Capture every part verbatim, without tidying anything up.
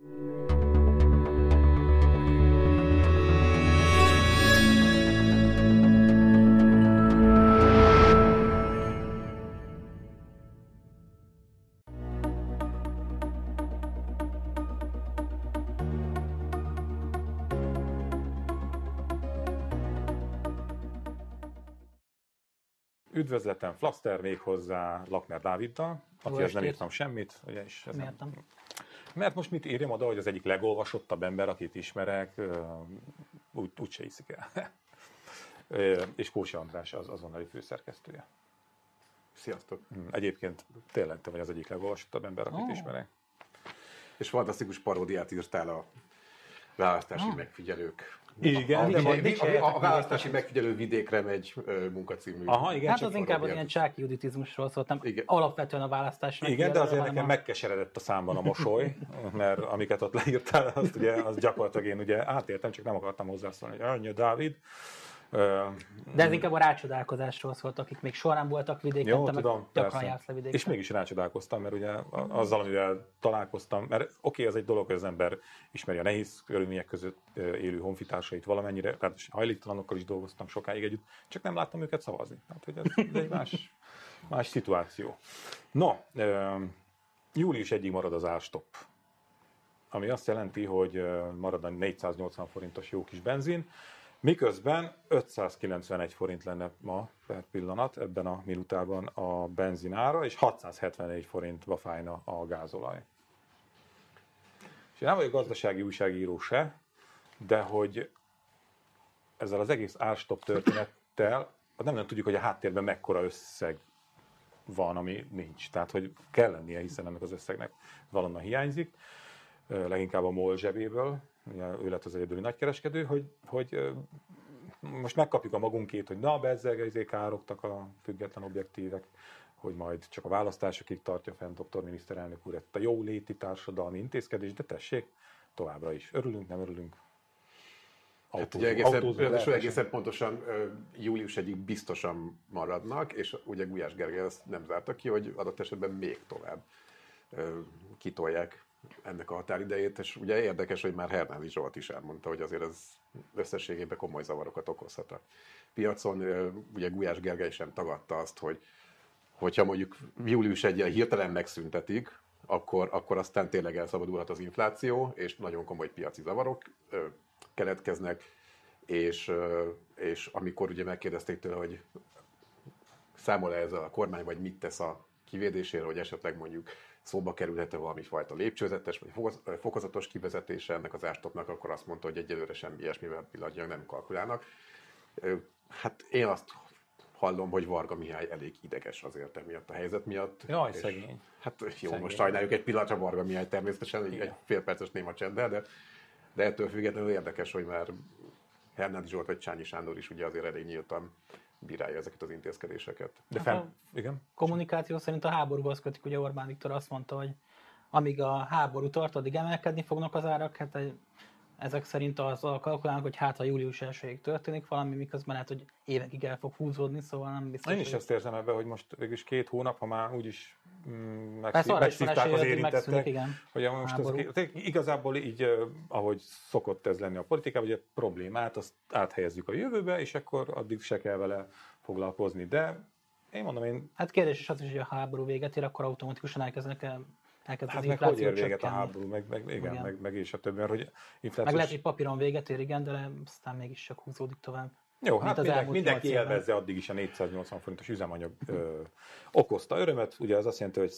Üdvözletem, Flaster, még hozzá Lakner Dáviddal, akihez nem írtam semmit. Ugye, és Miért nem? Mert most mit írjam oda, hogy az egyik legolvasottabb ember, akit ismerek, úgy, úgy se hiszik el. És Kósi András az azonnali főszerkesztője. Sziasztok! Egyébként tényleg te vagy az egyik legolvasottabb ember, akit oh. ismerek. És fantasztikus paródiát írtál a választási oh. megfigyelők. Igen, a, de a, majd a, a választási megfigyelő vidékre megy munkacímű. Aha, igen, hát az inkább az ilyen csáki juditizmusról szólt, nem igen. Alapvetően a választás. Igen, de azért nekem a... megkeseredett a számban a mosoly, mert amiket ott leírtál, azt ugye, az gyakorlatilag én ugye átértem, csak nem akartam hozzászólni, hogy annyi Dávid. De ez inkább a rácsodálkozásról szólt, akik még során voltak vidéken, jó, te tudom, meg gyakran jársz le vidéken. És mégis rácsodálkoztam, mert ugye azzal, amivel találkoztam, mert oké, okay, ez egy dolog, hogy az ember ismeri a nehéz körülmények között élő honfitársait valamennyire, tehát hajléktalanokkal is dolgoztam sokáig együtt, csak nem láttam őket szavazni. Tehát, hogy ez egy más, más szituáció. No, július elsejéig marad az árstopp, ami azt jelenti, hogy marad a négyszáznyolcvan forintos jó kis benzin, miközben ötszázkilencvenegy forint lenne ma per pillanat ebben a minutában a benzinára, és hatszázhetvenegy forintba fájna a gázolaj. És én nem vagyok gazdasági újságíró se, de hogy ezzel az egész árstopp történettel nem nem tudjuk, hogy a háttérben mekkora összeg van, ami nincs. Tehát, hogy kell lennie, hiszen ennek az összegnek valonnan hiányzik, leginkább a MOL zsebéből, ő lett az egyedüli nagykereskedő, hogy, hogy most megkapjuk a magunkét, hogy na, bezzeg, károgtak a független objektívek, hogy majd csak a választásokig tartja fent doktor miniszterelnök úr ezt a jóléti társadalmi intézkedés, de tessék, továbbra is. Örülünk, nem örülünk? Hát ugye egészen, egészen pontosan július elsejéig biztosan maradnak, és ugye Gulyás Gergely azt nem zárta ki, hogy adott esetben még tovább kitolják ennek a határidejét, és ugye érdekes, hogy már Hernádi Zsolt is elmondta, hogy azért ez összességében komoly zavarokat okozhat a piacon. Ugye Gulyás Gergely sem tagadta azt, hogy hogyha mondjuk július elsején hirtelen megszüntetik, akkor, akkor aztán tényleg elszabadulhat az infláció, és nagyon komoly piaci zavarok keletkeznek, és, és amikor ugye megkérdezték tőle, hogy számol-e ez a kormány, vagy mit tesz a kivédésére, hogy esetleg mondjuk szóba kerülhet-e valami fajta lépcsőzetes vagy fokozatos kivezetése ennek az árstoppnak, akkor azt mondta, hogy egyelőre semmi ilyesmivel pillanatnyilag nem kalkulálnak. Hát én azt hallom, hogy Varga Mihály elég ideges azért emiatt a helyzet miatt. Jaj, szegény. Hát jó, szegény. Most sajnáljuk egy pillanatra Varga Mihály természetesen, igen. Egy fél perces néma csenddel, de, de ettől függetlenül érdekes, hogy már Hernádi Zsolt vagy Csányi Sándor is ugye azért elég nyíltan bírálja ezeket az intézkedéseket. De hát fenn, igen? Kommunikáció szerint a háborúhoz kötik, ugye Orbán Viktor azt mondta, hogy amíg a háború tart, addig emelkedni fognak az árak, hát ezek szerint azzal kalkulálnak, hogy hát a július elsejéig történik valami, miközben lehet, hogy évekig el fog húzódni, szóval nem biztos. Én is ezt érzem ebben, hogy most végülis két hónap, ha már úgyis mm, megszívták az érintettek, igen, hogy most az, igazából így, ahogy szokott ez lenni a politikában, hogy a problémát azt áthelyezzük a jövőbe, és akkor addig se kell vele foglalkozni, de én mondom, én... Hát kérdés is az is, hogy a háború véget ér, akkor automatikusan elkezdenek el Elkezd hát meg hogy ér véget a háború, meg, meg, igen, igen. Meg, meg és a többen, hogy inflációs... Meg lehet, hogy papíron véget ér, igen, de aztán mégis csak húzódik tovább. Jó, hát mindenki, mindenki élvezze addig is a négyszáznyolcvan forintos üzemanyag ö, okozta örömet. Ugye az azt jelenti, hogy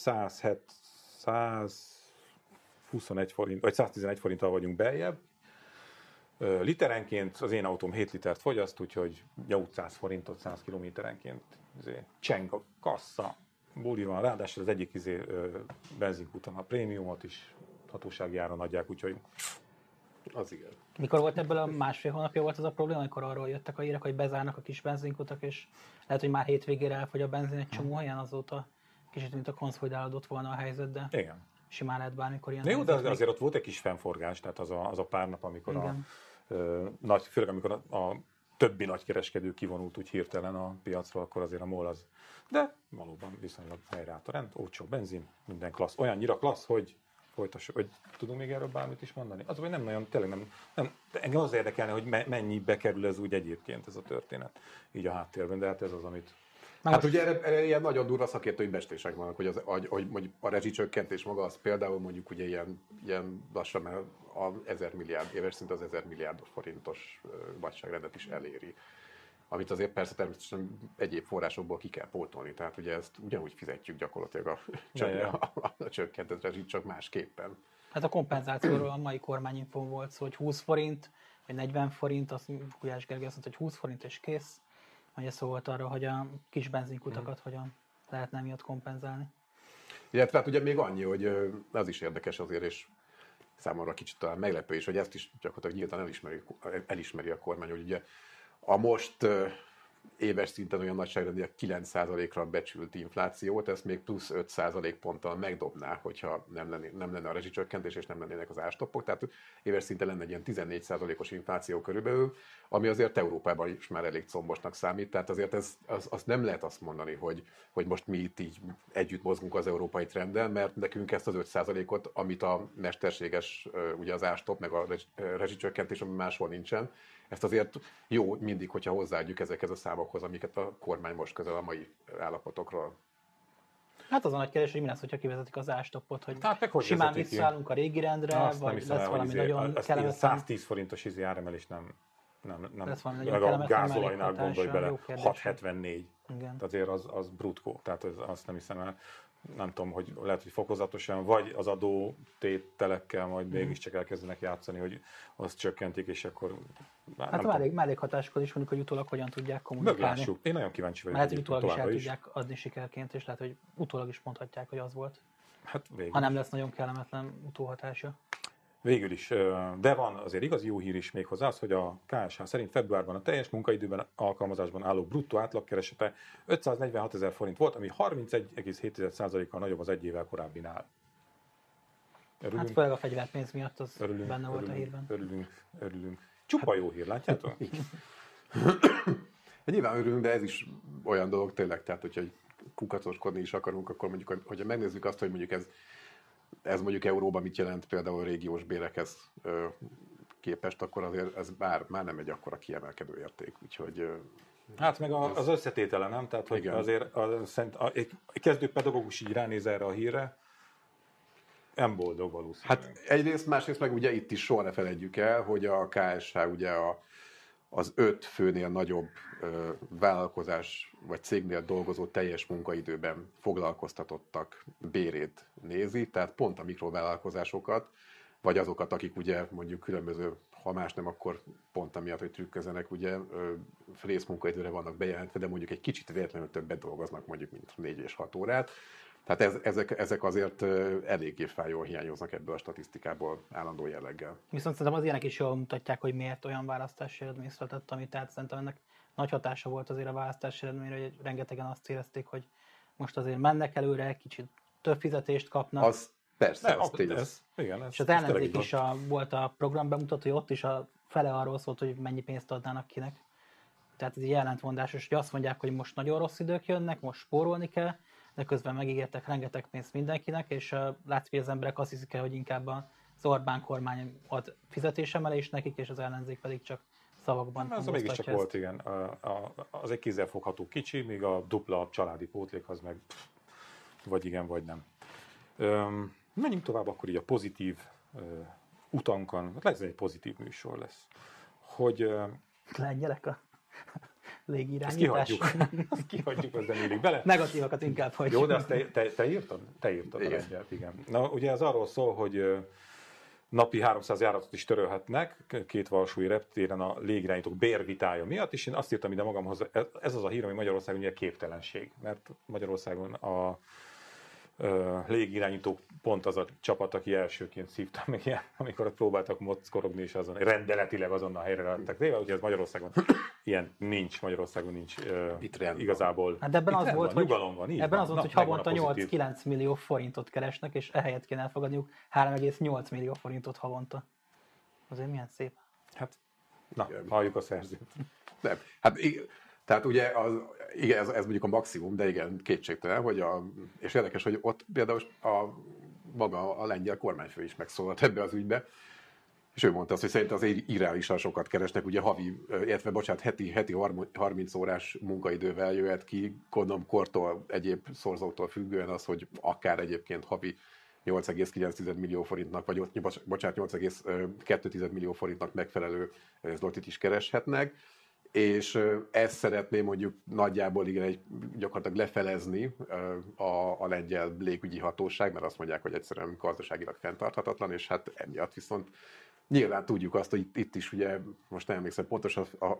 százhuszonegy forint, vagy száztizenegy forinttal vagyunk beljebb. Ö, literenként az én autóm hét litert fogyaszt, úgyhogy nyolcszáz forintot száz kilométerenként cseng a kassa. Bóli van, ráadásul az egyik izé, benzinkúton a prémiumot is hatósági áron adják, úgyhogy az igen. Mikor volt ebből a másfél hónapja volt az a probléma, amikor arról jöttek a hírek, hogy bezárnak a kis benzinkutak, és lehet, hogy már hétvégére elfogy a benzin egy csomó helyen, azóta kicsit mint a konszolidálódott volna a helyzet, de igen. Simán lehet bármikor ilyen. Jó, de az, azért ott volt egy kis fennforgás, tehát az a, az a pár nap, amikor igen. a, ö, nagy, főleg amikor a, a többi nagykereskedő kivonult úgy hirtelen a piacról, akkor azért a MOL az. De valóban viszonylag helyreállt a rend, olcsó benzin, minden klassz. Olyannyira klassz, hogy folytassuk. Vagy tudunk még erről bármit is mondani? Az, hogy nem nagyon, tényleg nem, nem engem az érdekelne, hogy me, mennyibe kerül ez úgy egyébként ez a történet, így a háttérben, de hát ez az, amit... Hát most... ugye erre, erre ilyen nagyon durva szakértői becslések vannak, hogy, az, hogy, hogy mondjuk a rezsicsökkentés maga az például mondjuk ugye ilyen, ilyen lassan, mert a ezer milliárd, éves szint az ezer milliárd forintos nagyságrendet is eléri. Amit azért persze természetesen egyéb forrásokból ki kell pótolni, tehát ugye ezt ugyanúgy fizetjük gyakorlatilag a, ja, a, a, a csökkentett rezsit, csak másképpen. Hát a kompenzációról a mai kormányinfón volt szó, hogy húsz forint, vagy negyven forint, azt Gulyás Gergely azt mondta, hogy húsz forint és kész. Ugye szó volt arra, hogy a kis benzinkutakat hmm. hogyan lehetne miatt kompenzálni. Illetve hát ugye még annyi, hogy az is érdekes azért, és számomra kicsit talán meglepő is, hogy ezt is gyakorlatilag nyíltan elismeri, elismeri a kormány, hogy ugye a most uh, éves szinten olyan nagyságrendileg kilenc százalékra becsült inflációt, ezt még plusz öt százalékponttal megdobná, hogyha nem lenne, nem lenne a rezsicsökkentés és nem lennének az árstoppok. Tehát éves szinten lenne egy ilyen tizennégy százalékos infláció körülbelül, ami azért Európában is már elég combosnak számít. Tehát azért ez, az, az nem lehet azt mondani, hogy, hogy most mi itt így együtt mozgunk az európai trenddel, mert nekünk ezt az öt százalékot, amit a mesterséges, ugye az árstopp, meg a rezsicsökkentés, ami máshol nincsen, ezt azért jó mindig, hogyha hozzáadjuk ezekhez a számokhoz, amiket a kormány most közel a mai állapotokról. Hát az a nagy kérdés, hogy mi lesz, hogyha kivezetik az árstoppot, hogy hát, hogy simán visszaállunk a régi rendre, azt vagy hiszem, lesz valami izé, nagyon kellemetlen. száztíz forintos izé áremelés nem, nem, nem lesz valami meg a gázolajnál gondolj bele, hat hetvennégy. Igen. Azért az, az brutkó, tehát az, azt nem hiszem el. Nem tudom, hogy lehet, hogy fokozatosan, vagy az adótételekkel majd mégiscsak elkezdenek játszani, hogy azt csökkentik, és akkor... Hát a mellék, mellékhatásokat is mondjuk, hogy utólag hogyan tudják kommunikálni. Meglássuk. Én nagyon kíváncsi vagyok. Lehet, hogy utólag is el is. tudják adni sikerként, és lehet, hogy utólag is mondhatják, hogy az volt. Hát végül. Ha nem lesz nagyon kellemetlen utóhatása. Végül is, de van azért igazi jó hír is még hozzá az, hogy a ká es há szerint februárban a teljes munkaidőben alkalmazásban álló bruttó átlagkeresete ötszáznegyvenhat ezer forint volt, ami harmincegy egész hét százalékkal nagyobb az egy évvel korábbinál. Örülünk. Hát főleg a fegyverpénz miatt az örülünk, benne volt örülünk, a hírben. Örülünk, örülünk. Csupa jó hír, látjátok? Nyilván örülünk, de ez is olyan dolog tényleg, tehát hogyha kukacoskodni is akarunk, akkor mondjuk, hogyha megnézzük azt, hogy mondjuk ez Ez mondjuk euróban mit jelent például a régiós bérekhez ö, képest, akkor azért ez már, már nem egy akkora kiemelkedő érték. Úgyhogy, ö, hát meg a, ez... az összetétele, nem? Tehát, hogy igen. Azért a, szerint, a, egy kezdő pedagógus így ránéz erre a hírre, nem boldog valószínűleg. Hát egyrészt, másrészt meg ugye itt is soha ne felejtjük el, hogy a ká es há ugye a, az öt főnél nagyobb ö, vállalkozás vagy cégnél dolgozó teljes munkaidőben foglalkoztatottak bérét nézi, tehát pont a mikrovállalkozásokat, vagy azokat, akik ugye mondjuk különböző, ha más nem, akkor pont amiatt, hogy trükközenek, ugye ö, részmunkaidőre vannak bejelentve, de mondjuk egy kicsit véletlenül többet dolgoznak, mondjuk mint négy és hat órát. Tehát ez, ezek, ezek azért eléggé fájóan hiányoznak ebből a statisztikából állandó jelleggel. Viszont szerintem az ilyenek is jól mutatják, hogy miért olyan választási eredmény született, ami tehát szerintem ennek nagy hatása volt azért a választási eredményre, hogy rengetegen azt érezték, hogy most azért mennek előre, kicsit több fizetést kapnak. Az persze, ne, az tényleg. Ez, igen, ez, és az ellenzék is a, volt a program bemutató, hogy ott is a fele arról szólt, hogy mennyi pénzt adnának kinek. Tehát ez egy ellentmondásos, hogy azt mondják, hogy most nagyon rossz idők jönnek, most spórolni kell, de közben megígértek rengeteg pénzt mindenkinek, és uh, látszik, hogy az emberek azt hiszik el, hogy inkább az Orbán kormány ad fizetésemelést nekik, és az ellenzék pedig csak szavakban. Az mégiscsak volt, igen. A, a, az egy kézzelfogható kicsi, míg a dupla családi pótlék az meg pff, vagy igen, vagy nem. Öm, menjünk tovább akkor így a pozitív uh, utankon. Hát lesz egy pozitív műsor lesz. Hogy... Uh, Lengyelek a... légirányítás. Ezt kihagyjuk. Azt kihagyjuk, az nem illik bele. Negatívakat inkább hagyjuk. Jó, de azt te, te, te írtad? Te írtad igen. a lengyelt, igen. Na, ugye ez arról szól, hogy napi háromszáz járatot is törölhetnek két valsói reptéren a légirányítók bérvitája miatt, és én azt írtam ide magamhoz, ez az a hír, ami Magyarországon ugye képtelenség, mert Magyarországon a légirányító pont az a csapat, aki elsőként szívta meg ilyen, amikor próbáltak mockorogni, és azon rendeletileg azonnal helyre lettek téve, úgyhogy ez Magyarországon ilyen nincs, Magyarországon nincs uh, igazából. Hát ebben az volt, hogy, van, ebben van. az volt, hogy havonta nyolc-kilenc millió forintot keresnek, és ehelyett kéne elfogadniuk három egész nyolc millió forintot havonta. Azért milyen szép. Hát, na, halljuk a szerzőt. Nem, hát tehát ugye az, igen, ez, ez mondjuk a maximum, de igen, kétségtelen, hogy a, és érdekes, hogy ott például a maga a lengyel kormányfő is megszólalt ebbe az ügybe, és ő mondta azt, hogy szerint azért irreálisan sokat keresnek, ugye havi, illetve bocsánat, heti, heti harminc órás munkaidővel jöhet ki, gondolom kortól, egyéb szorzóktól függően az, hogy akár egyébként havi nyolc egész kilenc millió forintnak, vagy bocsánat, nyolc egész kettő millió forintnak megfelelő zlotit is kereshetnek, és ezt szeretné mondjuk nagyjából igen, egy, gyakorlatilag lefelezni a, a lengyel légügyi hatóság, mert azt mondják, hogy egyszerűen gazdaságilag fenntarthatatlan, és hát emiatt viszont nyilván tudjuk azt, hogy itt, itt is ugye, most nem emlékszem pontosan, a, a,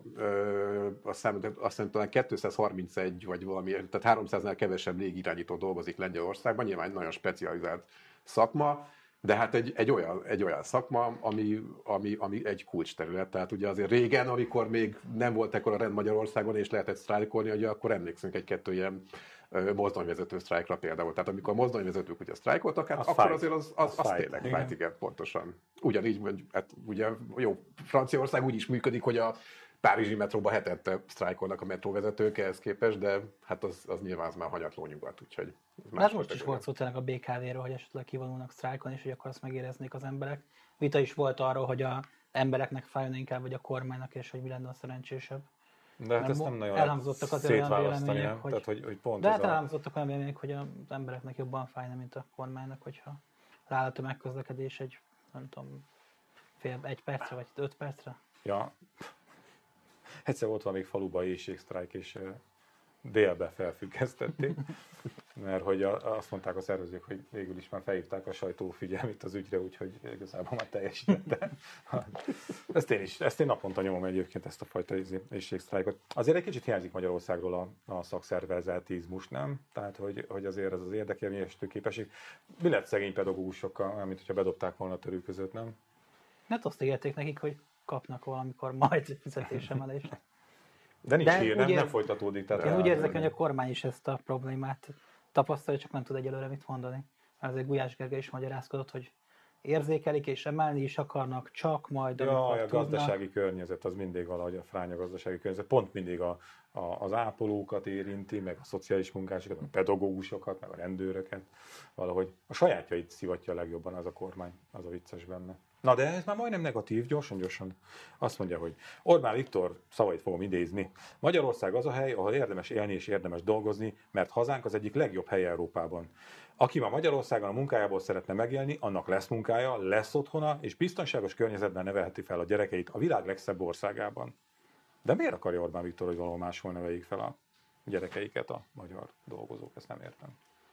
a szám, azt hiszem talán kétszázharmincegy vagy valami, tehát háromszáznál kevesebb légirányító dolgozik Lengyelországban, nyilván nagyon specializált szakma, de hát egy, egy, olyan, egy olyan szakma, ami, ami, ami egy kulcsterület. Tehát ugye azért régen, amikor még nem volt ekkora rend Magyarországon, és lehetett sztrájkolni, ugye akkor emlékszünk egy-kettő ilyen mozdonyvezető sztrájkra például. Tehát amikor a mozdonyvezetők ugye sztrájkoltak, hát az akkor fájt. azért az, az, az, az tényleg igen. fájt, igen, pontosan. Ugyanígy, hát ugye jó, Franciaország úgy is működik, hogy a párizsi metróba hetente sztrájkolnak a metróvezetők ehhez képest, de hát az, az nyilván az már hanyatló nyugat, úgyhogy... Hát most is volt szó tényleg a bé ká vé-ről, hogy esetleg kivonulnak sztrájkon, és hogy akkor azt megéreznék az emberek. Vita is volt arról, hogy az embereknek fájjon inkább, vagy a kormánynak, és hogy mi lenne a szerencsésebb. De hát ezt nem nagyon elhangzottak az olyan vélemények, hogy, Tehát, hogy, hogy pont de hát a... elhangzottak olyan vélemények, hogy az embereknek jobban fájna, mint a kormánynak, hogyha rááll a tömegközlekedés egy, nem tudom, fél, egy percre, vagy öt percre. Ja. Egyszer volt valami faluban éjségsztrájk, és délbe felfüggesztették, mert hogy azt mondták a szervezők, hogy végül is már felhívták a sajtó figyelmét az ügyre, úgyhogy igazából már teljesítette. Ezt én is, ezt én naponta nyomom egyébként, ezt a fajta éjségsztrájkot. Azért egy kicsit hiányzik Magyarországról a, a szakszervezetizmus, nem? Tehát, hogy, hogy azért ez az érdekérvényesítő képesség. Mi lett szegény pedagógusokkal, mint hogyha bedobták volna a törő között, nem? Hát azt ígérték nekik, hogy kapnak valamikor majd fizetésemelést. De nincs De hír, nem, ér... nem folytatódik. Tehát én úgy érzek, hogy a kormány is ezt a problémát tapasztalja, csak nem tud egyelőre mit mondani. Azért Gulyás Gergely is magyarázkodott, hogy érzékelik és emelni is akarnak, csak majd ja, a gazdasági környezet az mindig valahogy a fránya gazdasági környezet, pont mindig a, a, az ápolókat érinti, meg a szociális munkásokat, a pedagógusokat, meg a rendőröket. Valahogy a sajátjait szivatja a legjobban az a kormány, az a vicces benne. Na de ez már majdnem negatív, gyorsan-gyorsan. Azt mondja, hogy Orbán Viktor szavait fogom idézni. Magyarország az a hely, ahol érdemes élni és érdemes dolgozni, mert hazánk az egyik legjobb hely Európában. Aki ma Magyarországon a munkájából szeretne megélni, annak lesz munkája, lesz otthona, és biztonságos környezetben nevelheti fel a gyerekeit a világ legszebb országában. De miért akarja Orbán Viktor, hogy valahol máshol neveljék fel a gyerekeiket a magyar dolgozók? Ezt nem értem.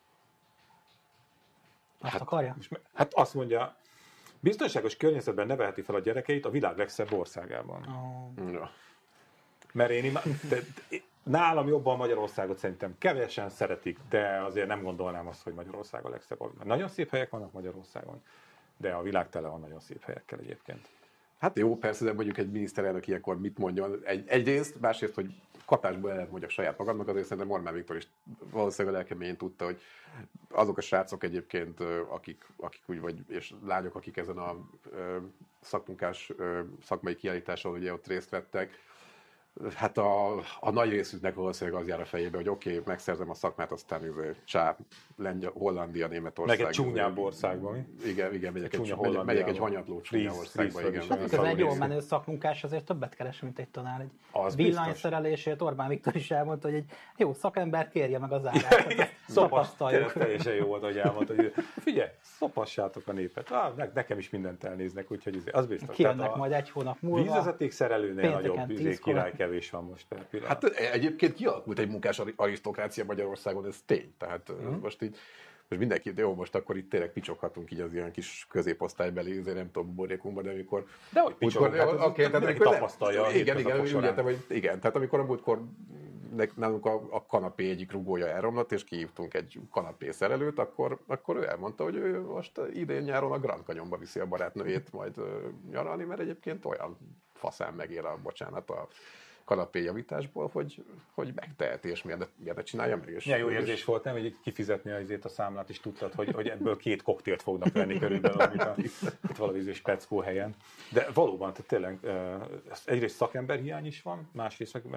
Azt hát, akarja? Hát azt mondja, biztonságos környezetben nevelheti fel a gyerekeit a világ legszebb országában. Oh. Ja. Mert én ima- de, de, nálam jobban Magyarországot szerintem kevesen szeretik, de azért nem gondolnám azt, hogy Magyarország a legszebb. Mert nagyon szép helyek vannak Magyarországon, de a világ tele van nagyon szép helyekkel egyébként. Hát jó, persze, de mondjuk egy miniszterelnök ilyenkor mit mondjon. Egy, egyrészt, másrészt, hogy kapásból el lehet mondjak saját magadnak, azért szerintem Orbán Viktor is valószínűleg lelkeményén tudta, hogy azok a srácok egyébként, akik, akik úgy, vagy, és lányok, akik ezen a szakmunkás szakmai kiállításon ugye ott részt vettek, hát a, a nagy részüknek valószínűleg az jár a fejébe, hogy oké, okay, megszerzem a szakmát, aztán csá, Lengyel, Hollandia, Németország. Meg egy csúnyább országban. Igen, igen, megyek egy, megyek, megyek egy hanyatló csúnya országba. Igen, hát ez egy jól menő szakmunkás, azért többet keres, mint egy tanár. Egy az villanyszerelésért Orbán Viktor is elmondta, hogy egy jó szakember kérje meg az árát. Tapasztaljuk. Teljesen jó volt, hogy elmondta, hogy figyelj, szopassátok a népet. Ah, nekem is mindent elnéznek, úgyhogy az biztos. Kijönnek majd egy hónap múlva. Vízvezeték szerelőnél nagyobb király kevés van most per pillanat. Hát egyébként kialakult egy munkás arisztokrácia Magyarországon, ez tény. Tehát mm. most így, most mindenki, de jó, most akkor itt tényleg picsoghatunk így az ilyen kis középosztálybeli, azért nem tudom, buborékunkban, de amikor... De hogy picsogunk, hát okay, tehát amikor tapasztalja. Igen, igen, úgy értem, hogy igen, tehát amikor a múltkor nálunk a, a kanapé egyik rugója elromlott, és kihívtunk egy kanapé szerelőt, akkor, akkor ő elmondta, hogy ő most idén nyáron a Grand Canyonba viszi a barátnőjét majd nyaralni, mert egyébként olyan faszán megér a bocsánat a kanapé javításból, hogy, hogy megteheti, és miért, miért ne csinálja meg. És milyen jó érzés volt, nem, hogy kifizetni azért a számlát, és tudtad, hogy, hogy ebből két koktélt fognak venni körülbelül, amit a valami speckó helyen. De valóban, tehát tényleg egyrészt szakemberhiány is van, másrészt meg, meg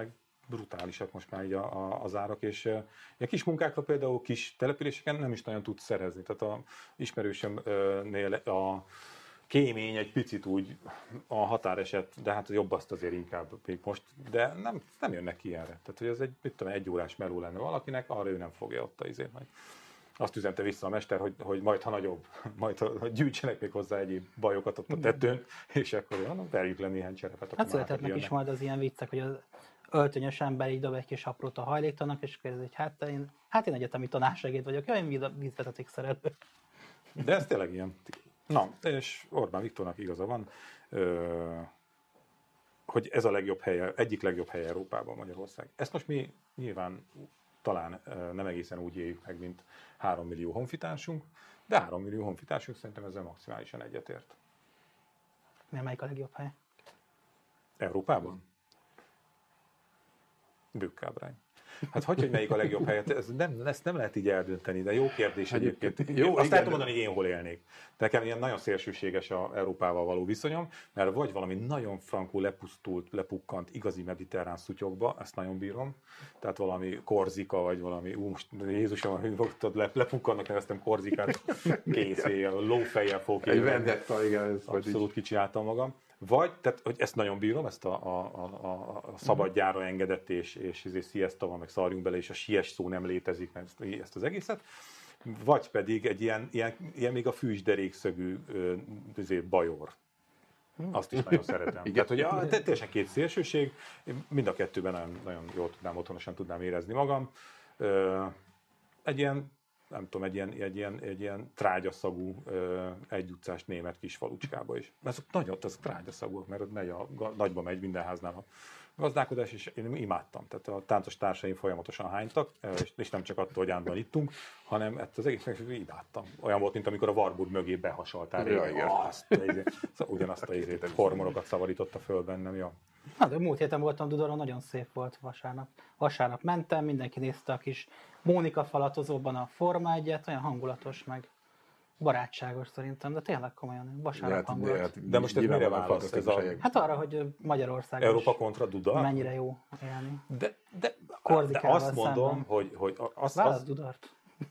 brutálisak most már így a, a, az árak, és a kis munkákra például kis településeken nem is nagyon tudsz szerezni. Tehát a ismerősömnél a kémény egy picit úgy a határeset, de hát jobb azt azért inkább még most, de nem, nem jönnek ki ilyenre. Tehát, hogy ez egy, mit tudom, egy órás meló lenne valakinek, arra ő nem fogja ott a izét majd. Azt üzente vissza a mester, hogy, hogy majd ha nagyobb, majd ha gyűjtsenek még hozzá egyéb bajokat ott a tetőn, és akkor olyan, verjük le néhány cserepet. Hát születhetnek is majd az ilyen viccek, hogy az öltönyös ember így dob egy kis aprót a hajléktalannak, és kérdezi, hogy hát én, hát én egyetemi tanársegéd vagyok, jaj, én vízvezeték szerelő. De ez tényleg ilyen. Na, és Orbán Viktornak igaza van, hogy ez a legjobb helye, egyik legjobb hely Európában Magyarország. Ezt most mi nyilván talán nem egészen úgy éljük meg, mint három millió honfitársunk, de három millió honfitársunk szerintem ezzel maximálisan egyetért. Mi melyik a legjobb hely? Európában? Bükkábrány. Hát hogy, hogy melyik a legjobb hely? Ez nem, ezt nem lehet így eldönteni, de jó kérdés egyébként. Jó, azt lehet mondani, hogy én hol élnék. De nekem ilyen nagyon szélsőséges a Európával való viszonyom, mert vagy valami nagyon frankul lepusztult, lepukkant, igazi mediterrán szutyokba, ezt nagyon bírom. Tehát valami Korzika, vagy valami, ú, most Jézusom, hogy fogtad, le, lepukkannak, neveztem Korzikát, kész, lófejjel fogok élni. Egy vendetta, igen. Ez abszolút kicsináltam magam. Vagy, tehát, hogy ezt nagyon bírom, ezt a, a, a, a szabadjára engedett, és, és, és sziaszta van, meg szarjunk bele, és a siess szó nem létezik, meg ezt, ezt az egészet. Vagy pedig egy ilyen, ilyen, ilyen még a fűsderékszögű bajor. Azt is nagyon szeretem. Igen. Tehát, hogy a, teljesen két szélsőség, mind a kettőben nagyon, nagyon jól tudnám, otthonosan tudnám érezni magam. Egy ilyen, nem tudom, egy ilyen, egy ilyen, egy ilyen trágyaszagú egyutcás német kis falucskába is. Mert azok nagyon, azok trágyaszagúak, mert ott megy a, nagyba megy minden háznál a gazdálkodás, és én imádtam. Tehát a táncos társaim folyamatosan hánytak, és nem csak attól, hogy állandóan ittunk, hanem ezt az egész imádtam. Olyan volt, mint amikor a Warburg mögé behasaltál. Ja, igen. Azt, szóval ugyanazt a izét, hormonokat szavarított a föl bennem. Ja. Hát, a múlt héten voltam Dudoron, nagyon szép volt vasárnap. Vasárnap mentem, mindenki nézte a kis Mónika falatozóban a Forma egyet, olyan hangulatos, meg barátságos szerintem, de tényleg komolyan, vasárnap hát, hangulat. Hát, de most ez mire választ? Ez a... Hát arra, hogy Magyarország Európa kontra Duda? Mennyire jó élni. De, de, de azt mondom, szemben. hogy... hogy az, Válasz az... Dudart.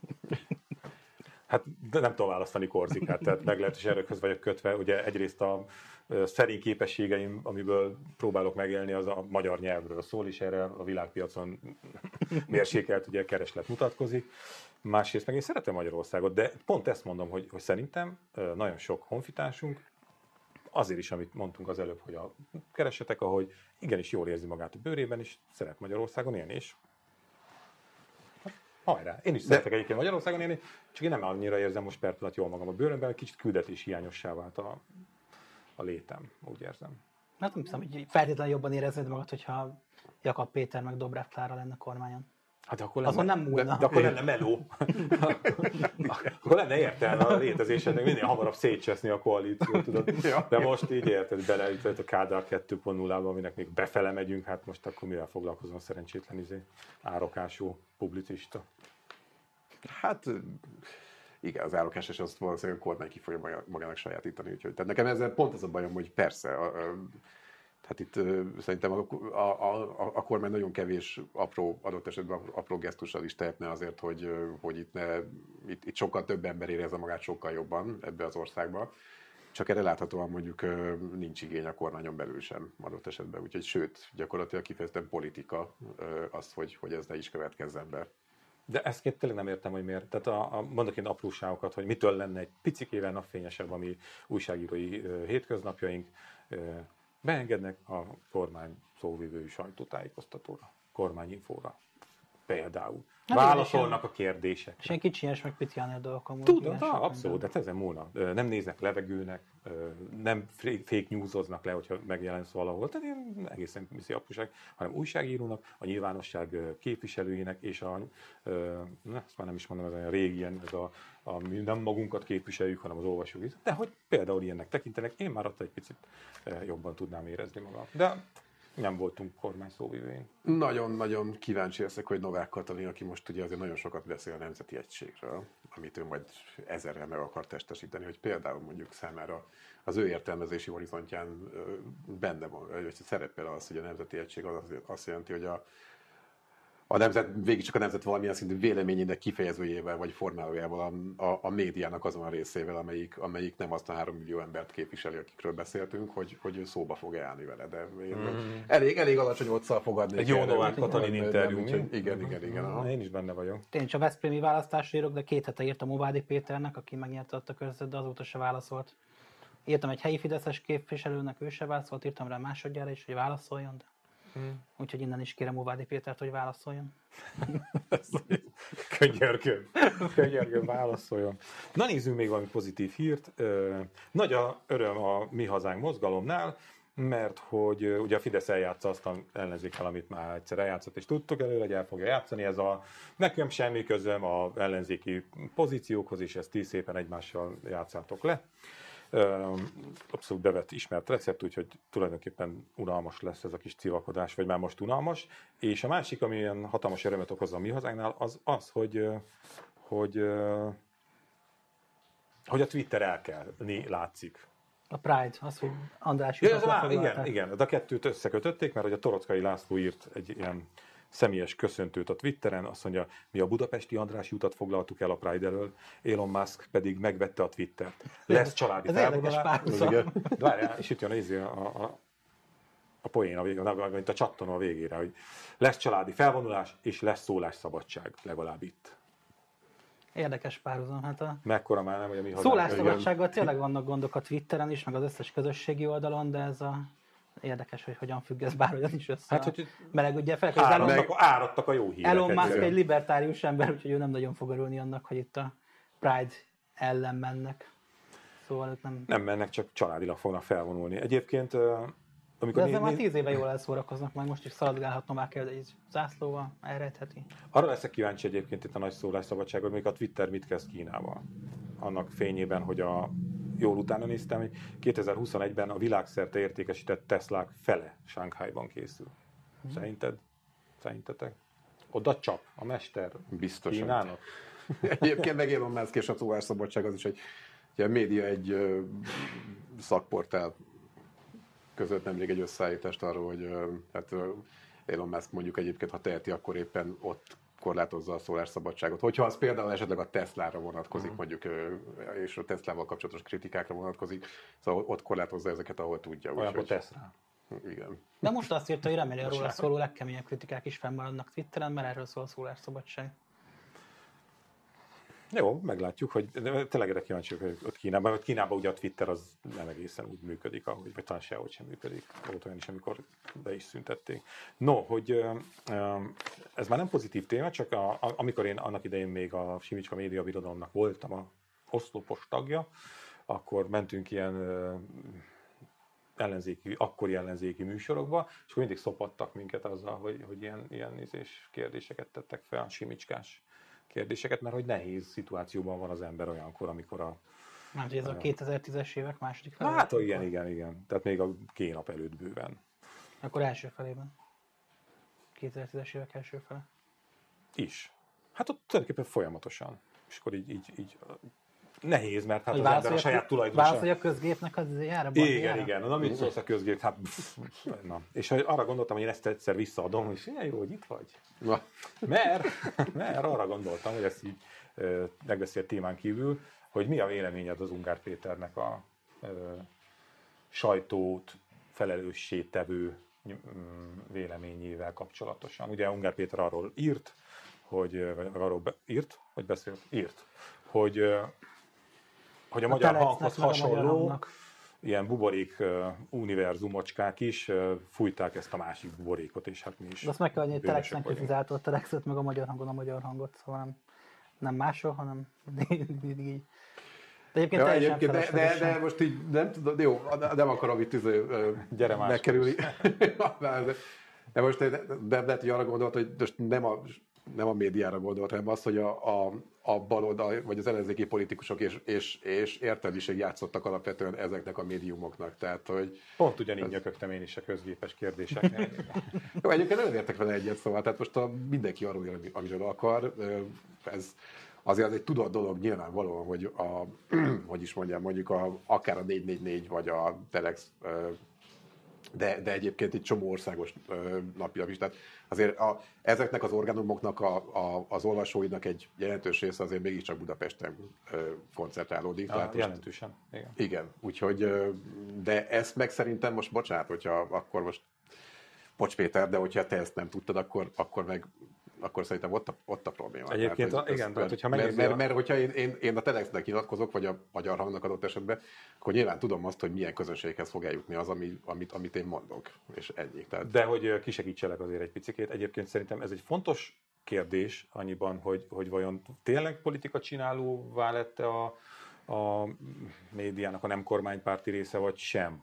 Hát de nem tudom választani Korzikát, tehát meglehetős erőkhöz vagyok kötve. Ugye egyrészt a szerény képességeim, amiből próbálok megélni, az a magyar nyelvről szól, és erre a világpiacon mérsékelt ugye kereslet mutatkozik. Másrészt meg én szeretem Magyarországot, de pont ezt mondom, hogy, hogy szerintem nagyon sok honfitársunk, azért is, amit mondtunk az előbb, hogy a keresetek, ahogy igenis jól érzi magát a bőrében, és szeret Magyarországon élni is. Hajrá! Én is de... szeretek egyébként Magyarországon élni, csak én nem annyira érzem most per pillanat jól magam a bőrömben, kicsit küldetés hiányossá vált a, a létem, úgy érzem. Hát nem hiszem, hogy feltétlenül jobban éreznéd magad, hogyha Jakab Péter meg Dobrev Klára lenne kormányon. Hát akkor lenne, azon nem múlna. De, de akkor lenne meló. Akkor lenne értelme a létezésednek minél hamarabb szétcseszni a koalíciót, tudod. De most így érted, beleütött a Kádár kettő pont nullában, aminek még befele megyünk, hát most akkor mivel foglalkozom, szerencsétlen izé, árokású publicista. Hát igen, az árokás és azt valószínűleg a kormány ki fogja magának sajátítani, úgyhogy tehát nekem ezzel pont az a bajom, hogy persze, a, a, hát itt uh, szerintem a, a, a, a kormány nagyon kevés apró, adott esetben apró gesztussal is tehetne azért, hogy, uh, hogy itt, ne, itt, itt sokkal több ember érezze magát sokkal jobban ebbe az országba. Csak erre láthatóan mondjuk uh, nincs igény a kormányon belül sem adott esetben. Úgyhogy sőt, gyakorlatilag kifejezetten politika uh, az, hogy, hogy ez ne is következzen be. De ezt két tényleg nem értem, hogy miért. Tehát a, a, mondok én apróságokat, hogy mitől lenne egy picikével napfényesebb a mi újságírói uh, hétköznapjaink. Uh, beengednek a kormány szóvivői sajtótájékoztatóra, kormányinfóra. Például. Hát válaszolnak a kérdések. És ilyen kicsinyes, meg pitiánél dolgok. Tudom, abszolút, de ezen múlna. Nem néznek levegőnek, nem fake newsoznak le, hogyha megjelensz valahol. Tehát én egészen viszi apróság, hanem újságírónak, a nyilvánosság képviselőinek, és a, na, ezt már nem is mondom, ez a régi ilyen, ez a, a, mi nem magunkat képviseljük, hanem az olvasók. De hogy például ilyennek tekintenek, én már attól egy picit jobban tudnám érezni magam. De nem voltunk kormány szóvivőink. Nagyon-nagyon kíváncsi leszek, hogy Novák Katalin, aki most ugye azért nagyon sokat beszél a Nemzeti Egységről, amit ő majd ezerrel meg akar testesíteni, hogy például mondjuk számára az ő értelmezési horizontján benne van, vagy szerepel az, hogy a Nemzeti Egység az azt jelenti, hogy a a nemzet, végig csak a nemzet valamilyen szintű véleményének kifejezőjével vagy formálójával a, a, a médiának azon a részével, amelyik, amelyik nem azt a három millió embert képviseli, akikről beszéltünk, hogy, hogy ő szóba fog állni vele. De mm. elég, elég alacsony otszal fogadni. Egy jó Novák Katalin interjú. Igen, igen, igen. igen aha. Én is benne vagyok. Én csak a veszprémi választásra írok, de két hete írtam Óvádi Péternek, aki megnyerte ott a körzetet, de azóta se válaszolt. Írtam egy helyi fideszes képviselőnek, ő se válaszolt, írtam rá másodjára is, hogy válaszoljon, de... Hmm. Úgyhogy innen is kérem Óvádi Pétert, hogy válaszoljon. Könyörgöm. Könyörgöm, válaszoljon. Na nézzünk még valami pozitív hírt. Nagy a öröm a Mi Hazánk mozgalomnál, mert hogy ugye a Fidesz eljátsza azt a ellenzékkel, amit már egyszer eljátszott, és tudtuk előre, hogy el fogja játszani. Ez a nekem semmi közöm a ellenzéki pozíciókhoz, és ezt ti szépen egymással játszátok le. Abszolút bevett ismert recept, úgyhogy tulajdonképpen unalmas lesz ez a kis civakodás, vagy már most unalmas. És a másik, ami ilyen hatalmas örömet okoz a Mi Hazánknál, az az, hogy, hogy, hogy a Twitter elkelni látszik. A Pride, az, hogy András ja, az igen, igen, de a kettőt összekötötték, mert hogy a Torockai László írt egy ilyen személyes köszöntőt a Twitteren, azt mondja, mi a budapesti Andrássy utat foglaltuk el a Pride elől, Elon Musk pedig megvette a Twittert. Lesz családi felvonulás. Várjál, és itt jön a, a, a, a poén, a végén, mint a csattanó a végére, hogy lesz családi felvonulás, és lesz szólásszabadság, legalább itt. Érdekes párhuzam. Hát a mekkora már nem, hogy a Mi Hazánk. Szólásszabadsággal tényleg vannak gondok a Twitteren is, meg az összes közösségi oldalon, de ez a érdekes, hogy hogyan függ ez bárhogyan is össze. Hát, hogy meleg ugye fel, áradtak, Elon, áradtak a jó hírek. Elon Musk egy libertárius ember, úgyhogy ő nem nagyon fog örülni annak, hogy itt a Pride ellen mennek. Szóval ők nem... Nem mennek, csak családilag fognak felvonulni. Egyébként, amikor... De ezzel már tíz éve jól elszórakoznak, majd most is szaladgálhat Novák egy zászlóval, elrejtheti. Arra leszek kíváncsi egyébként itt a nagy szólásszabadságon, még a Twitter mit kezd Kínával. Annak fényében, hogy a jól utána néztem, hogy kétezer-huszonegyben a világszerte értékesített Teslák fele Shanghaiban készül. Hmm. Szerinted? Szerintetek? Oda csap a mester biztosan Kínának? Egyébként meg Elon Musk és a szólásszabadság az is, hogy a média egy ö, szakportál között nemrég egy összeállítást arról, hogy ö, hát, ö, Elon Musk mondjuk egyébként, ha teheti, akkor éppen ott korlátozza a szólásszabadságot. Hogyha az például esetleg a Teslára vonatkozik, uh-huh. mondjuk, és a Teslával kapcsolatos kritikákra vonatkozik, szóval ott korlátozza ezeket, ahol tudja. Olyan a Tesla. Igen. De most azt írta, hogy remélem, róla szóló legkeményebb kritikák is fennmaradnak Twitteren, mert erről szól a szólásszabadság. Jó, meglátjuk, hogy tényleg erre kíváncsi vagyok, hogy ott Kínában, ott Kínában ugye a Twitter az nem egészen úgy működik, ahogy, vagy talán sehogy sem működik. Volt olyan is, amikor be is szüntették. No, hogy ez már nem pozitív téma, csak a, a, amikor én annak idején még a Simicska Média Birodalomnak voltam a oszlopos tagja, akkor mentünk ilyen ellenzéki, akkori ellenzéki műsorokba, és akkor mindig szopattak minket azzal, hogy, hogy ilyen, ilyen nézés kérdéseket tettek fel, a simicskás kérdéseket, mert hogy nehéz szituációban van az ember olyankor, amikor a... Nem, hogy ez a kétezer-tízes évek második felében? Hát igen, igen, igen. Tehát még a G-nap előtt bőven. Akkor első felében. kétezer-tízes évek első fele. Is. Hát ott tulajdonképpen folyamatosan. És akkor így, így, így nehéz, mert hát hogy az ember a saját tulajdonosa... Válaszolja a közgépnek az jára? Igen, jára. Igen. Na, mit szólsz a közgép? Hát, pff, na. És arra gondoltam, hogy én ezt egyszer visszaadom, és ilyen jó, hogy itt vagy. Na. Mert, mert arra gondoltam, hogy ezt így ö, megbeszélt témán kívül, hogy mi a véleményed az Ungár Péternek a ö, sajtót felelőssé tevő ö, véleményével kapcsolatosan. Ugye Ungár Péter arról írt, hogy, vagy arról be, írt, vagy beszélt? Írt, hogy ö, hogy a, a magyar hanghoz hasonló ilyen buborék uh, univerzumocskák is uh, fújták ezt a másik buborékot, és hát mi is. De azt meg kell adni, hogy Telexnek kritizálta a Telexet, meg a magyar hangon a magyar hangot, szóval nem, nem máshol, hanem így. De egyébként ja, egyébként de, de, de most így nem tudom, jó, nem akarom itt uh, megkerülni. de, de most de, de, de, de arra gondolt, hogy most nem a nem a médiára gondolt, hanem az, hogy a, a, a baloldal, vagy az ellenzéki politikusok és, és, és értelmiség játszottak alapvetően ezeknek a médiumoknak. Tehát, hogy pont ugyanígy ez... nyökögtem én is a közgépes kérdéseknél. Jó, egyébként nem értek vele egyet, szóval, tehát most a, mindenki arról él, amiről akar. Ez azért az egy tudott dolog nyilvánvalóan, hogy a, hogy is mondjam, mondjuk a, akár a négy négy négy vagy a Telex, de, de egyébként egy csomó országos napilap is. Tehát azért a, ezeknek az orgánumoknak, a, a, az olvasóinak egy jelentős része azért mégiscsak Budapesten koncentrálódik. Ah, jelentősen, igen. Igen, úgyhogy, de ezt meg szerintem most, bocsánat, hogyha akkor most, bocs Péter, de hogyha te ezt nem tudtad, akkor, akkor meg akkor szerintem ott a, ott a probléma. Egyébként, mert, a, igen, mert, hogyha mert, mert, mert, mert hogyha én, én, én a Telexnek nyilatkozok, vagy a Magyar Hangnak adott esetben, akkor nyilván tudom azt, hogy milyen közönséghez fog eljutni az, ami, amit, amit én mondok, és ennyi. Tehát... De hogy kisegítselek azért egy picikét, egyébként szerintem ez egy fontos kérdés annyiban, hogy, hogy vajon tényleg politika csinálóvá lett a, a médiának a nem kormánypárti része, vagy sem.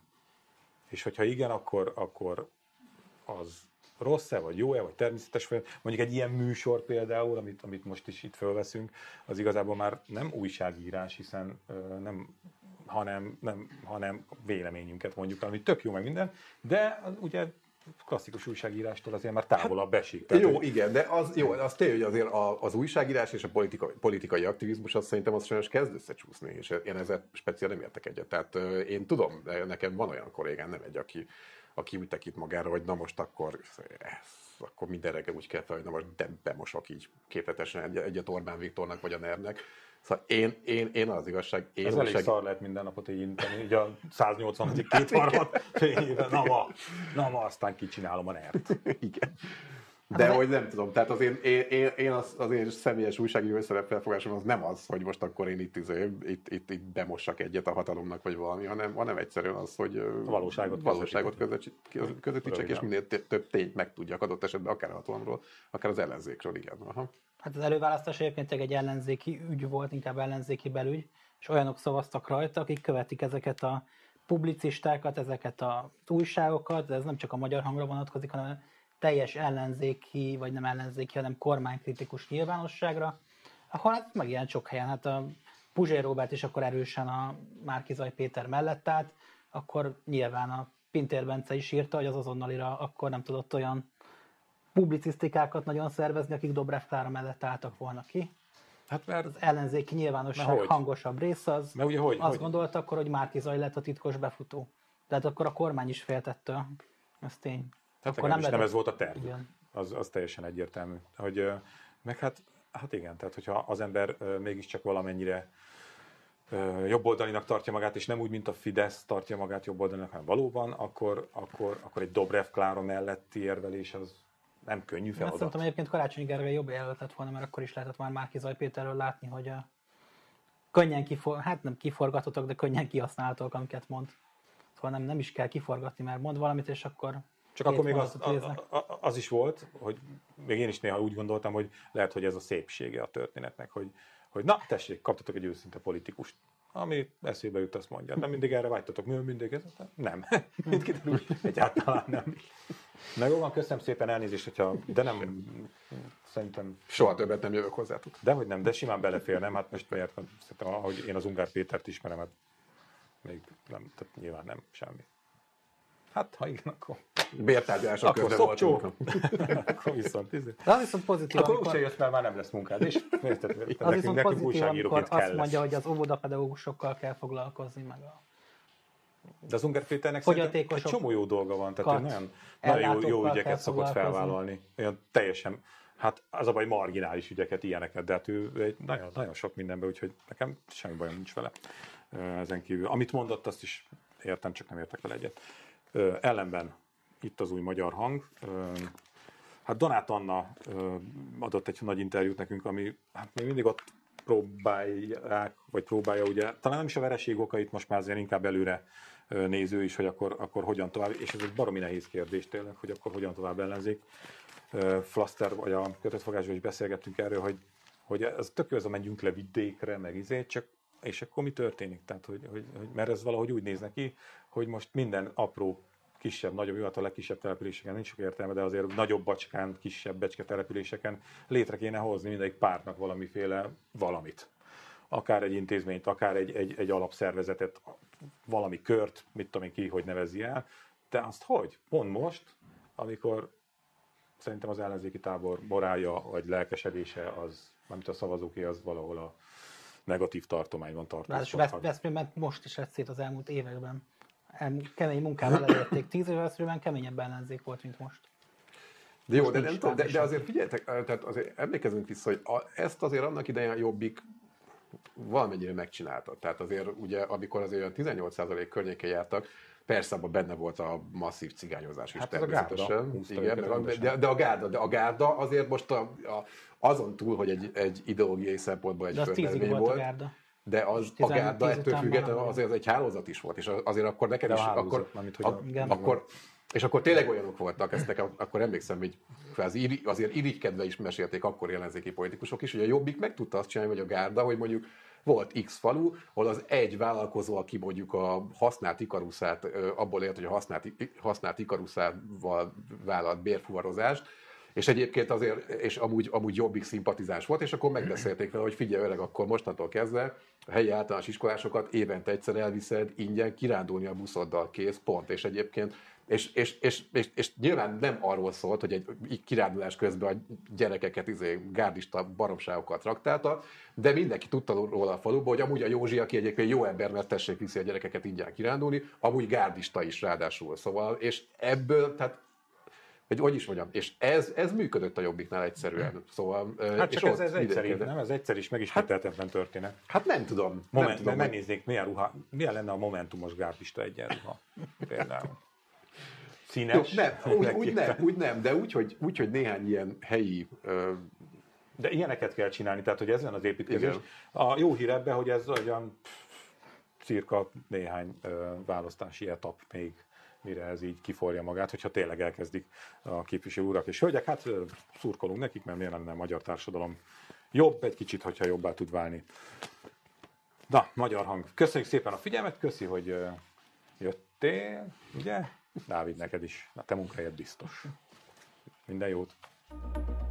És hogyha igen, akkor, akkor az rossz-e, vagy jó-e, vagy természetes, vagy mondjuk egy ilyen műsor például, amit, amit most is itt fölveszünk, az igazából már nem újságírás, hiszen ö, nem, hanem, nem, hanem véleményünket mondjuk, ami tök jó meg minden, de az, ugye klasszikus újságírástól azért már távolabb esik. Tehát, jó, igen, de az, jó, az tényleg, hogy azért az újságírás és a politika, politikai aktivizmus, azt szerintem az sajnos kezd összecsúszni, és én ezzel speciál nem értek egyet. Tehát én tudom, nekem van olyan kollégám, nem egy, aki aki úgy tekint magára, hogy na most akkor, akkor minden reggel úgy kell fel, hogy na most de bemosok így képletesen egyet Orbán Viktornak vagy a nervnek. Szóval én, én, én az igazság... Én ez elég szar lehet minden napot így inteni, így a száznyolcvanadik kétharmad fényében, na ma, na ma, aztán kicsinálom a nert. Igen. De hogy nem tudom, tehát az én, én, én, én az, az én személyes újságíró szerepfelfogásom az nem az, hogy most akkor én itt, itt, itt, itt bemossak egyet a hatalomnak, vagy valami, hanem, hanem egyszerűen az, hogy a valóságot, valóságot közvetítsek, és minél több tényt megtudjak adott esetben, akár a hatalomról, akár az ellenzékről, igen. Aha. Hát az előválasztás egyébként egy ellenzéki ügy volt, inkább ellenzéki belügy, és olyanok szavaztak rajta, akik követik ezeket a publicistákat, ezeket az újságokat, de ez nem csak a Magyar Hangra vonatkozik, hanem teljes ellenzéki, vagy nem ellenzéki, hanem kormánykritikus nyilvánosságra, ahol hát megjelent sok helyen. Hát a Puzsér Róbert is akkor erősen a Márki-Zay Péter mellett állt, akkor nyilván a Pintér Bence is írta, hogy az azonnalira akkor nem tudott olyan publicisztikákat nagyon szervezni, akik Dobrev Klára mellett álltak volna ki. Hát mert... Az ellenzéki nyilvánosság hangosabb része az, ugye, hogy, azt hogy? gondolta akkor, hogy Márki-Zay lett a titkos befutó. Tehát akkor a kormány is féltette, ez tény. Tehát akkor nem, nem ez volt a terv. Az, az teljesen egyértelmű. Hogy, meg hát, hát igen, tehát hogyha az ember mégiscsak valamennyire jobboldalinak tartja magát, és nem úgy, mint a Fidesz tartja magát jobboldalinak, hanem valóban, akkor, akkor, akkor egy Dobrev Klára melletti érvelés az nem könnyű feladat. Azt szerintem egyébként Karácsony Gergely jobb jelölt lett volna, mert akkor is lehetett már Márki-Zay Péterről látni, hogy a könnyen kifor, hát nem kiforgatottak, de könnyen kihasználhatók, amiket mond. Szóval nem, nem is kell kiforgatni, mert mond valamit, és akkor csak akkor még az, az, az is volt, hogy még én is néha úgy gondoltam, hogy lehet, hogy ez a szépsége a történetnek, hogy, hogy na, tessék, kaptatok egy őszinte politikust, ami eszébe jut, azt mondja. Nem mindig erre vágytatok, mi mindig ez? Nem. Mind kiderül, egyáltalán nem. Na jó van, köszönöm szépen, elnézést, hogyha, de nem, szerintem... Soha többet nem jövök hozzátok. Dehogy nem, de simán belefér, nem? Hát most miért, szerintem, ahogy én az Ungár Pétert ismerem, hát még nem, tehát nyilván nem, semmi. Hát, ha igen, akkor... Bértárgyalások közben voltunk. Akkor viszont, de viszont pozitív, akkor úgyse jössz, mert már nem lesz munkád, és érted, az nekünk, viszont pozitív, amikor azt mondja, hogy az óvodapedagógusokkal kell foglalkozni, meg a... De az Ungár Péternek szerintem egy csomó jó dolga van, tehát nagyon, nagyon jó, jó ügyeket szokott felvállalni. Olyan teljesen, hát az a baj, marginális ügyeket, ilyeneket, de hát ő egy nagyon, nagyon sok mindenben, úgyhogy nekem semmi bajom nincs vele ezen kívül. Amit mondott, azt is értem, csak nem értek vele egyet. Ellenben itt az új Magyar Hang. Hát Donát Anna adott egy nagy interjút nekünk, ami hát még mindig ott próbálják, vagy próbálja ugye, talán nem is a vereség okait, most már azért inkább előre néző is, hogy akkor, akkor hogyan tovább, és ez egy baromi nehéz kérdés tényleg, hogy akkor hogyan tovább ellenzék. Flaster, vagy a kötött fogásban is beszélgettünk erről, hogy, hogy ez tök jó, ez a menjünk le vidékre, meg izé, csak és akkor mi történik? Tehát, hogy, hogy, hogy, mert ez valahogy úgy néz neki, hogy most minden apró kisebb, nagyobb, jó, hát a legkisebb településeken nincs sok értelme, de azért nagyobb Bacskán, kisebb Becske településeken létre kéne hozni mindegyik pártnak valamiféle valamit. Akár egy intézményt, akár egy, egy, egy alapszervezetet, valami kört, mit tudom én ki, hogy nevezi el. De azt hogy? Pont most, amikor szerintem az ellenzéki tábor morálja, vagy lelkesedése, az, amit a szavazóké, az valahol a negatív tartományban tartózkodhat. Veszprémben most is lett szét az elmúlt években. Kemény munkával elérték. Tíz éve Veszprémben keményebb ellenzék volt, mint most. De jó, de, nem tudom, de, de azért figyeljetek, tehát azért emlékezzünk vissza, hogy a, ezt azért annak idején a Jobbik valamennyire megcsinálta. Tehát azért ugye, amikor azért a tizennyolc százalék környéken jártak, persze abban benne volt a masszív cigányozás is hát természetesen. Igen, meg a, de, de, a gárda, de a gárda azért most a, a, azon túl, hogy egy, egy ideológiai szempontból egy földmelmény volt, volt, a gárda. De az, a gárda ettől függetlenül azért az egy hálózat is volt, és azért akkor nekem is, akkor, a, akkor, és akkor tényleg olyanok voltak, ezt nekem, akkor emlékszem, hogy azért irigykedve is mesélték akkor ellenzéki politikusok is, hogy a Jobbik meg tudta azt csinálni, hogy a gárda, hogy mondjuk volt X falu, ahol az egy vállalkozó, aki mondjuk a használt ikaruszát, abból élt, hogy a használt, használt ikaruszával vállalt bérfuvarozást, és egyébként azért, és amúgy, amúgy Jobbik szimpatizáns volt, és akkor megbeszélték vele, hogy figyelj öreg, akkor mostantól kezdve a helyi általános iskolásokat évente egyszer elviszed ingyen kirándulni a buszoddal, kész, pont. És egyébként És, és, és, és, és nyilván nem arról szólt, hogy egy kirándulás közben a gyerekeket izé, gárdista baromságokat traktálta, de mindenki tudta róla a faluban, hogy amúgy a Józsi, aki egyébként jó ember, mert tessék viszi a gyerekeket ingyen kirándulni, amúgy gárdista is ráadásul. Szóval, és ebből, tehát hogy, hogy is mondjam, és ez, ez működött a Jobbiknál egyszerűen. Szóval, hát csak ez, ez egyszerű, nem? Ez egyszerű is megismételhetetlen történet. Hát nem tudom. Moment, nem tudom megnéznék, milyen, ruha, milyen lenne a momentumos gárdista egyenruha. Például. Színes. Jó, nem, úgy, úgy nem, úgy nem, de úgy, hogy, úgy, hogy néhány ilyen helyi... Uh... De ilyeneket kell csinálni, tehát hogy ezen az építkezés. Igen. A jó hír ebben, hogy ez olyan cirka néhány uh, választási etap még, mire ez így kiforja magát, hogyha tényleg elkezdik a képviselő urak és hölgyek. Hát szurkolunk nekik, mert miért lenne a magyar társadalom jobb, egy kicsit, hogyha jobbá tud válni. Na, Magyar Hang. Köszönjük szépen a figyelmet, köszi, hogy uh, jöttél, ugye? Dávid, neked is. A te munkahelyed biztos. Minden jót!